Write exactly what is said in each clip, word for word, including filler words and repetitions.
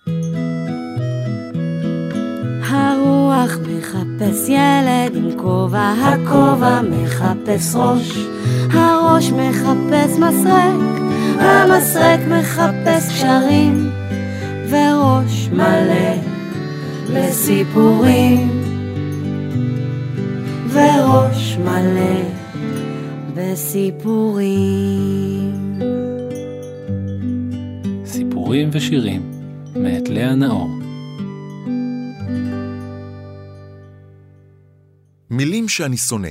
הרוח מחפש ילד עם כובע, הכובע מחפש ראש, הראש מחפש מסרק, המסרק מחפש קשרים, וראש מלא בסיפורים, וראש מלא בסיפורים. סיפורים ושירים מאת לאה נאור. מילים שאני שונא.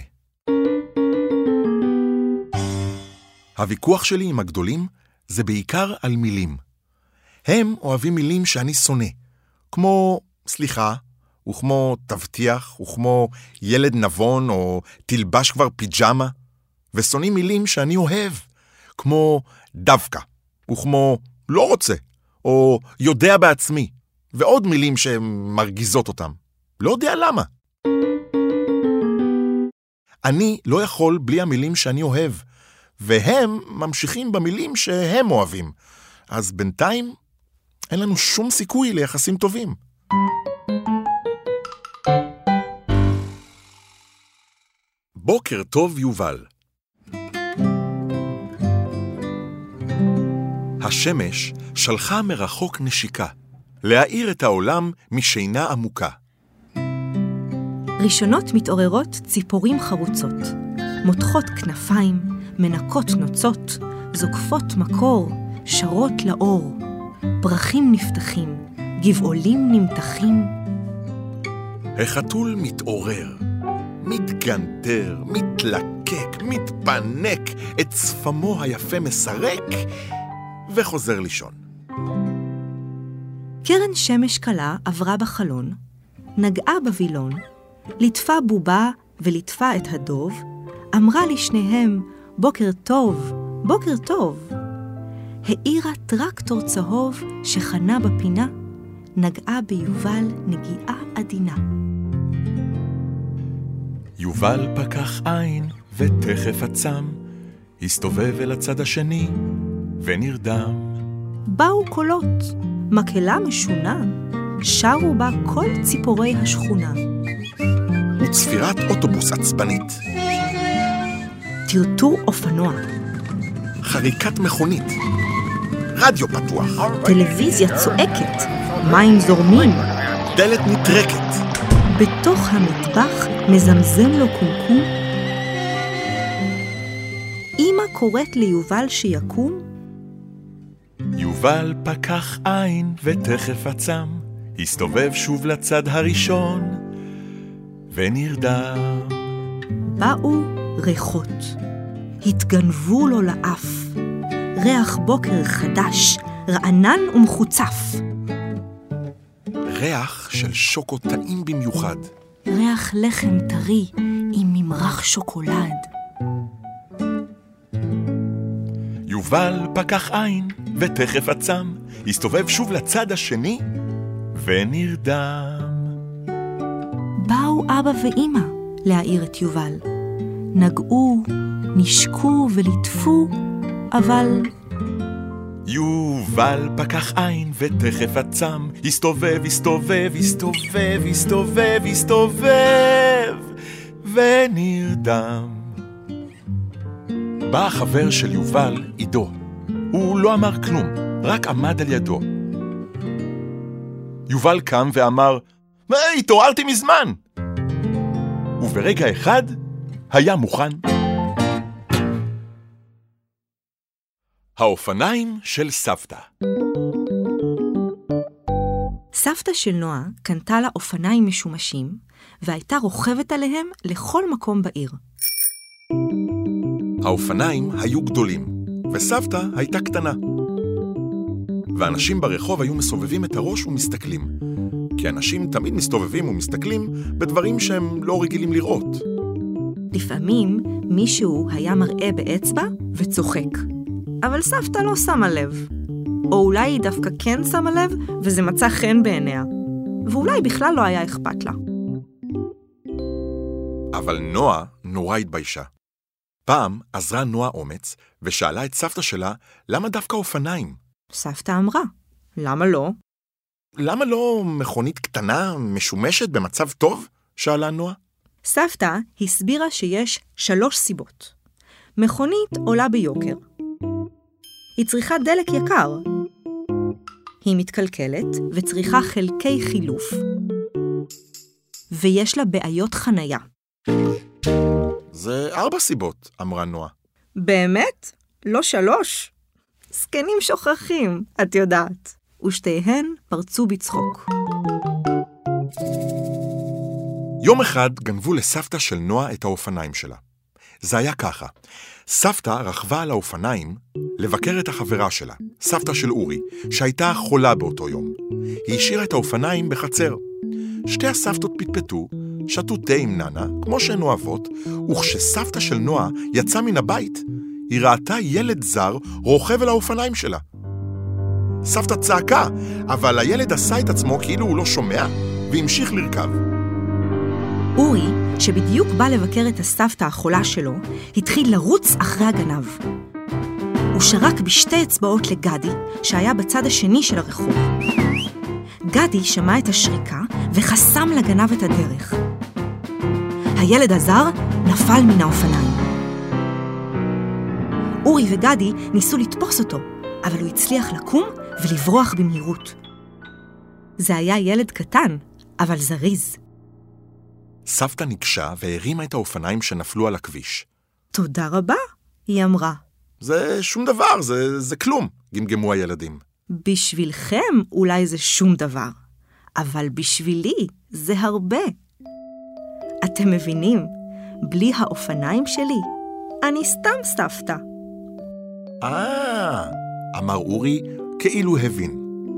הוויכוח שלי עם הגדולים זה בעיקר על מילים. הם אוהבים מילים שאני שונא, כמו סליחה, וכמו תבטיח, וכמו ילד נבון, או תלבש כבר פיג'מה, ושונאים מילים שאני אוהב, כמו דווקא, וכמו לא רוצה, או יודע בעצמי, ועוד מילים שמרגיזות אותם. לא יודע למה. אני לא יכול בלי המילים שאני אוהב, והם ממשיכים במילים שהם אוהבים. אז בינתיים אין לנו שום סיכוי ליחסים טובים. בוקר טוב יובל. השמש שלחה מרחוק נשיקה, להאיר את העולם משינה עמוקה. ראשונות מתעוררות ציפורים חרוצות, מותחות כנפיים, מנקות נוצות, זוקפות מקור, שרות לאור, פרחים נפתחים, גבעולים נמתחים. החתול מתעורר, מתגנדר, מתלקק, מתפנק, את צפמו היפה מסרק וחוזר לישון. קרן שמש קלה עברה בחלון, נגעה בווילון, לטפה בובה ולטפה את הדוב, אמרה לשניהם בוקר טוב, בוקר טוב. האירה טרקטור צהוב שחנה בפינה, נגעה ביובל נגיעה עדינה. יובל פקח עין ותכף עצם, הסתובב אל הצד השני ונרדם. באו קולות, מקהלה משונה, שרו בה כל ציפורי השכונה. וצפירת אוטובוס עצבנית. טרטור אופנוע. חריקת מכונית. רדיו פתוח. טלוויזיה צועקת. מים זורמים. דלת נטרקת. בתוך המטבח מזמזם לו קומקום. אמא קוראת ליובל שיקום. יובל פקח עין ותכף עצם, הסתובב שוב לצד הראשון ונרדם. באו ריחות, התגנבו לו לאף, ריח בוקר חדש, רענן ומחוצף. ריח של שוקו טעים במיוחד. ריח לחם טרי עם ממרח שוקולד. יובל פקח עין ותכף עצם, הסתובב שוב לצד השני ונרדם. באו אבא ואמא להעיר את יובל. נגעו, נשקו ולטפו, אבל... יובל פקח עין ותכף עצם, הסתובב, הסתובב, הסתובב, הסתובב, הסתובב ונרדם. בא החבר של יובל, עידו. הוא לא אמר כלום, רק עמד על ידו. יובל קם ואמר, היי, התעוררתי מזמן! וברגע אחד היה מוכן. האופניים של סבתא. סבתא של נועה קנתה לה אופניים משומשים, והייתה רוכבת עליהם לכל מקום בעיר. האופניים היו גדולים, וסבתא הייתה קטנה. ואנשים ברחוב היו מסובבים את הראש ומסתכלים, כי אנשים תמיד מסתובבים ומסתכלים בדברים שהם לא רגילים לראות. לפעמים מישהו היה מראה באצבע וצוחק, אבל סבתא לא שמה לב. או אולי היא דווקא כן שמה לב וזה מצא חן בעיניה, ואולי בכלל לא היה אכפת לה. אבל נועה נורא התביישה. פעם עזרה נועה אומץ ושאלה את סבתא שלה למה דווקא אופניים. סבתא אמרה, למה לא? למה לא מכונית קטנה, משומשת, במצב טוב? שאלה נועה. סבתא הסבירה שיש שלוש סיבות. מכונית עולה ביוקר. היא צריכה דלק יקר. היא מתקלקלת וצריכה חלקי חילוף. ויש לה בעיות חנייה. זה ארבע סיבות, אמרה נועה. באמת? לא שלוש? סקנים שוכחים, את יודעת. ושתיהן פרצו בצחוק. יום אחד גנבו לסבתא של נועה את האופניים שלה. זה היה ככה. סבתא רכבה על האופניים לבקר את החברה שלה, סבתא של אורי, שהייתה חולה באותו יום. היא השאירה את האופניים בחצר. שתי הסבתות פטפטו, שתו תה עם ננה, כמו שהן אוהבות, וכשסבתא של נועה יצאה מן הבית, היא ראתה ילד זר רוכב על האופניים שלה. סבתא צעקה, אבל הילד עשה את עצמו כאילו הוא לא שומע, והמשיך לרכב. אורי, שבדיוק בא לבקר את הסבתא החולה שלו, התחיל לרוץ אחרי הגנב. הוא שרק בשתי אצבעות לגדי, שהיה בצד השני של הרחוב. גדי שמע את השריקה וחסם לגנב את הדרך. הילד הזר נפל מן האופניים. אורי וגדי ניסו לתפוס אותו, אבל הוא הצליח לקום ולברוח במהירות. זה היה ילד קטן, אבל זריז. סבתא ניגשה והרימה את האופניים שנפלו על הכביש. תודה רבה, היא אמרה. זה שום דבר, זה, זה כלום, גמגמו הילדים. בשבילכם אולי זה שום דבר, אבל בשבילי זה הרבה. אתם מבינים, בלי האופניים שלי, אני סתם סבתא. אה, אמר אורי, כאילו הבין.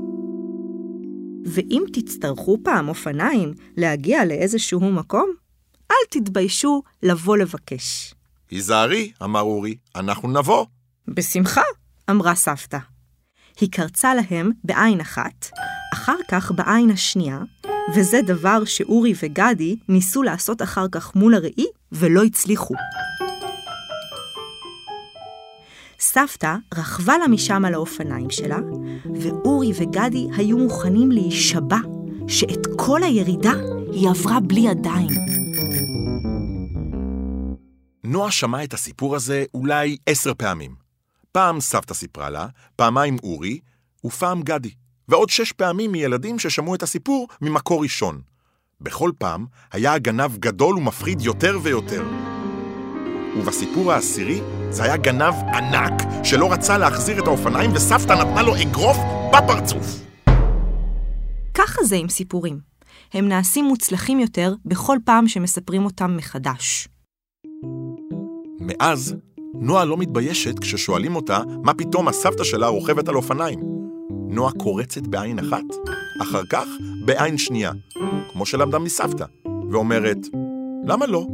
ואם תצטרכו פעם אופניים להגיע לאיזשהו מקום, אל תתביישו לבוא לבקש. היזהרי, אמר אורי, אנחנו נבוא. בשמחה, אמרה סבתא. היא קרצה להם בעין אחת, אחר כך בעין השנייה, וזה דבר שאורי וגדי ניסו לעשות אחר כך מול הראי ולא הצליחו. סבתא רכבה לה משם על האופניים שלה, ואורי וגדי היו מוכנים להישבע שאת כל הירידה היא עברה בלי ידיים. נועה שמעה את הסיפור הזה אולי עשר פעמים. פעם סבתא סיפרה לה, פעמיים אורי, ופעם גדי. ועוד שש פעמים מילדים ששמעו את הסיפור ממקור ראשון. בכל פעם היה הגנב גדול ומפחיד יותר ויותר. ובסיפור העשירי זה היה גנב ענק שלא רצה להחזיר את האופניים וסבתא נתנה לו אגרוף בפרצוף. ככה זה עם סיפורים. הם נעשים מוצלחים יותר בכל פעם שמספרים אותם מחדש. מאז נועה לא מתביישת כששואלים אותה מה פתאום הסבתא שלה רוכבת על אופניים. נועה קורצת בעין אחת, אחר כך בעין שנייה, כמו שלמדה מסבתא, ואומרת, למה לא?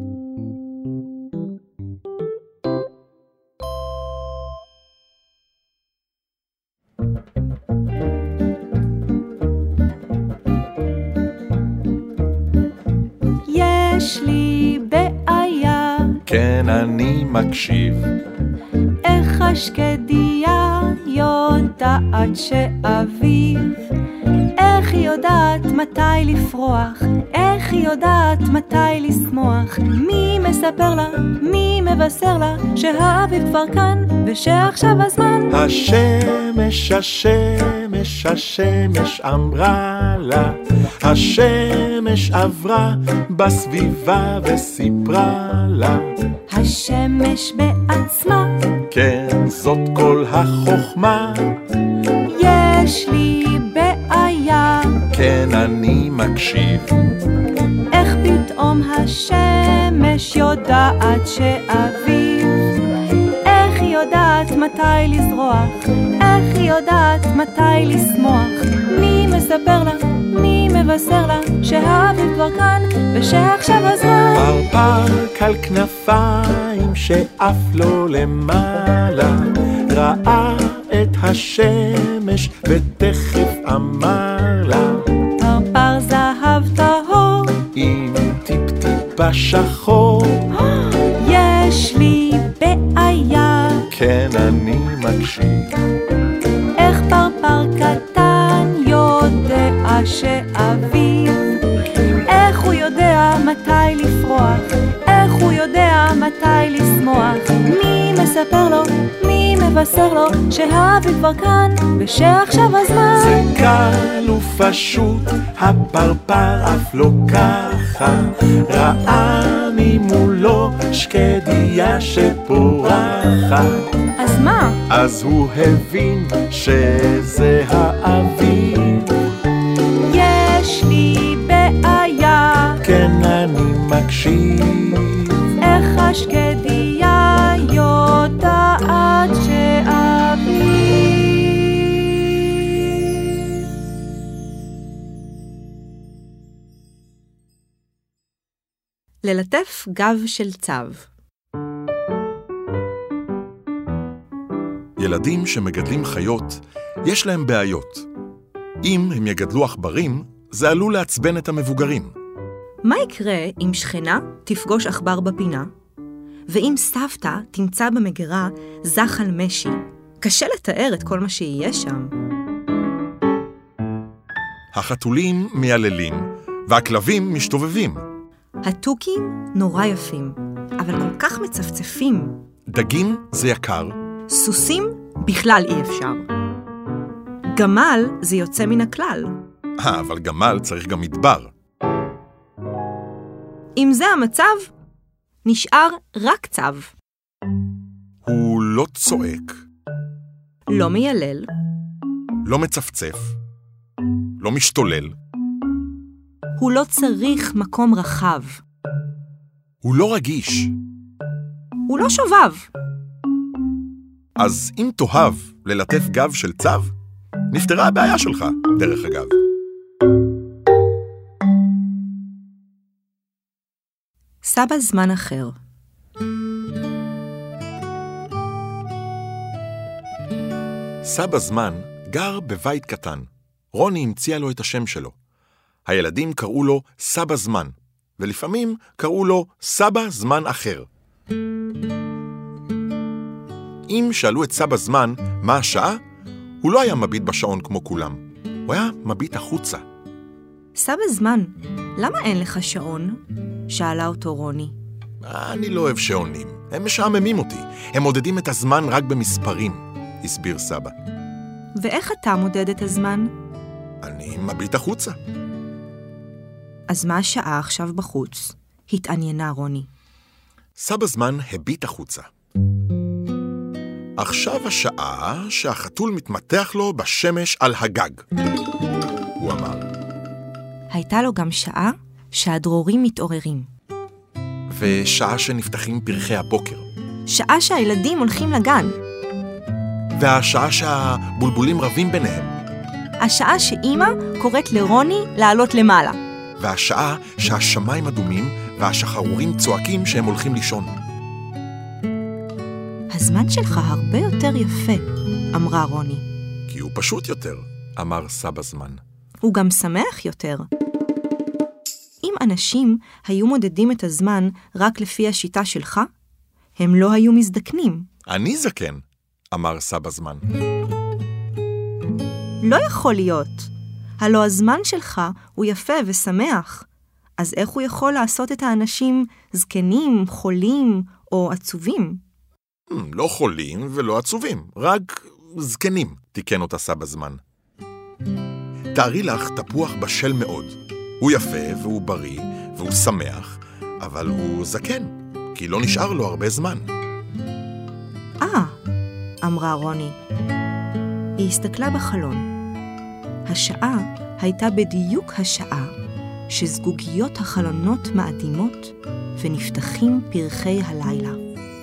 יש לי בעיה, כן, אני מקשיב. איך השקדיה יודעת שאביב, איך היא יודעת מתי לפרוח, איך היא יודעת מתי לשמוח, מי מספר לה, מי מבשר לה שהאביב כבר כאן ושעכשיו הזמן. השמש, השמש, השמש אמרה לה, השמש עברה בסביבה וסיפרה לה. השמש בעצמה, כן, זאת כל החוכמה. יש לי בעיה, כן, אני מקשיב. איך פתאום השמש יודעת שאביב, איך היא יודעת מתי לזרוח, איך היא יודעת מתי לשמוח, מי מספר לה, מי מבשר לה שהאביב כבר כאן ושעכשיו הזמן. פרפר קל כנפיים שאף לא למעלה, ראה את השמש ותכף אמר לה, פרפר זהב טהור עם טיפ-טיפה שחור. יש לי בעיה, כן, אני מקשיב. איך פרפר קטן יודע מספר לו? מי מבשר לו שהאביב כבר כאן ושעכשיו הזמן? זה קל ופשוט, הפרפר אף לא ככה, ראה ממולו שקדיה שפורחת. אז מה? אז הוא הבין שזה האביב. יש לי בעיה, כן אני מקשיב. איך השקדיה יודעת שאביב? ללטף גב של צב. ילדים שמגדלים חיות, יש להם בעיות. אם הם יגדלו עכברים, זה עלול לעצבן את המבוגרים. מה יקרה אם שכנה תפגוש עכבר בפינה, ואם סבתא תמצא במגירה זחל משי? קשה לתאר את כל מה שיהיה שם. החתולים מייללים, והכלבים משתובבים. התוכים נורא יפים, אבל כל כך מצפצפים. דגים זה יקר. סוסים בכלל אי אפשר. גמל זה יוצא מן הכלל. אה, אבל גמל צריך גם מדבר. אם זה המצב, נשאר רק צב. הוא לא צועק, לא מיילל, לא מצפצף, לא משתולל. הוא לא צריך מקום רחב. הוא לא רגיש. הוא לא שובב. אז אם תאהב ללטף גב של צב, נפתרה הבעיה שלך, דרך אגב. סבא זמן אחר. סבא זמן גר בבית קטן. רוני המציאה לו את השם שלו. הילדים קראו לו סבא זמן, ולפעמים קראו לו סבא זמן אחר. אם שאלו את סבא זמן מה השעה, הוא לא היה מביט בשעון כמו כולם. הוא היה מביט החוצה. סבא זמן, למה אין לך שעון? שאלה אותו רוני. אני לא אוהב שעונים, הם משעממים אותי. הם מודדים את הזמן רק במספרים, הסביר סבא. ואיך אתה מודד את הזמן? אני מביט החוצה. אז מה השעה עכשיו בחוץ? התעניינה רוני. סבא זמן הביט החוצה. עכשיו השעה שהחתול מתמתח לו בשמש על הגג, הוא אמר. הייתה לו גם שעה שהדרורים מתעוררים. ושעה שנפתחים פרחי הבוקר. שעה שהילדים הולכים לגן. והשעה שהבולבולים רבים ביניהם. השעה שאמא קוראת לרוני לעלות למעלה. והשעה שהשמיים אדומים והשחרורים צועקים שהם הולכים לישון. הזמן שלך הרבה יותר יפה, אמרה רוני. כי הוא פשוט יותר, אמר סבא זמן. הוא גם שמח יותר. אם אנשים היו מודדים את הזמן רק לפי השיטה שלך, הם לא היו מזדקנים. אני זקן, אמר סבא זמן. לא יכול להיות. הלא הזמן שלך הוא יפה ושמח. אז איך הוא יכול לעשות את האנשים זקנים, חולים או עצובים? לא חולים ולא עצובים, רק זקנים, תיקן אותה סבא זמן. תארי לך תפוח בשל מאוד. הוא יפה והוא בריא והוא שמח, אבל הוא זקן, כי לא נשאר לו הרבה זמן. אה, אמרה רוני. היא הסתכלה בחלון. השעה הייתה בדיוק השעה שזגוגיות החלונות מאדימות ונפתחים פרחי הלילה.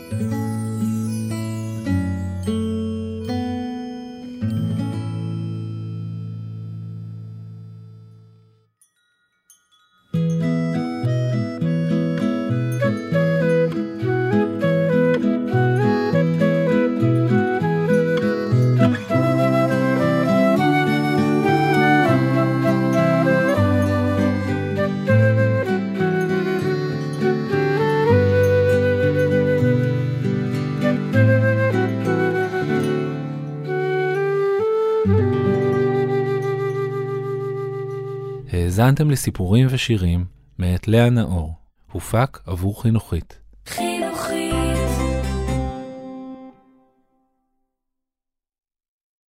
האזנתם לסיפורים ושירים מאת לאה נאור, הופק עבור חינוכית. חינוכית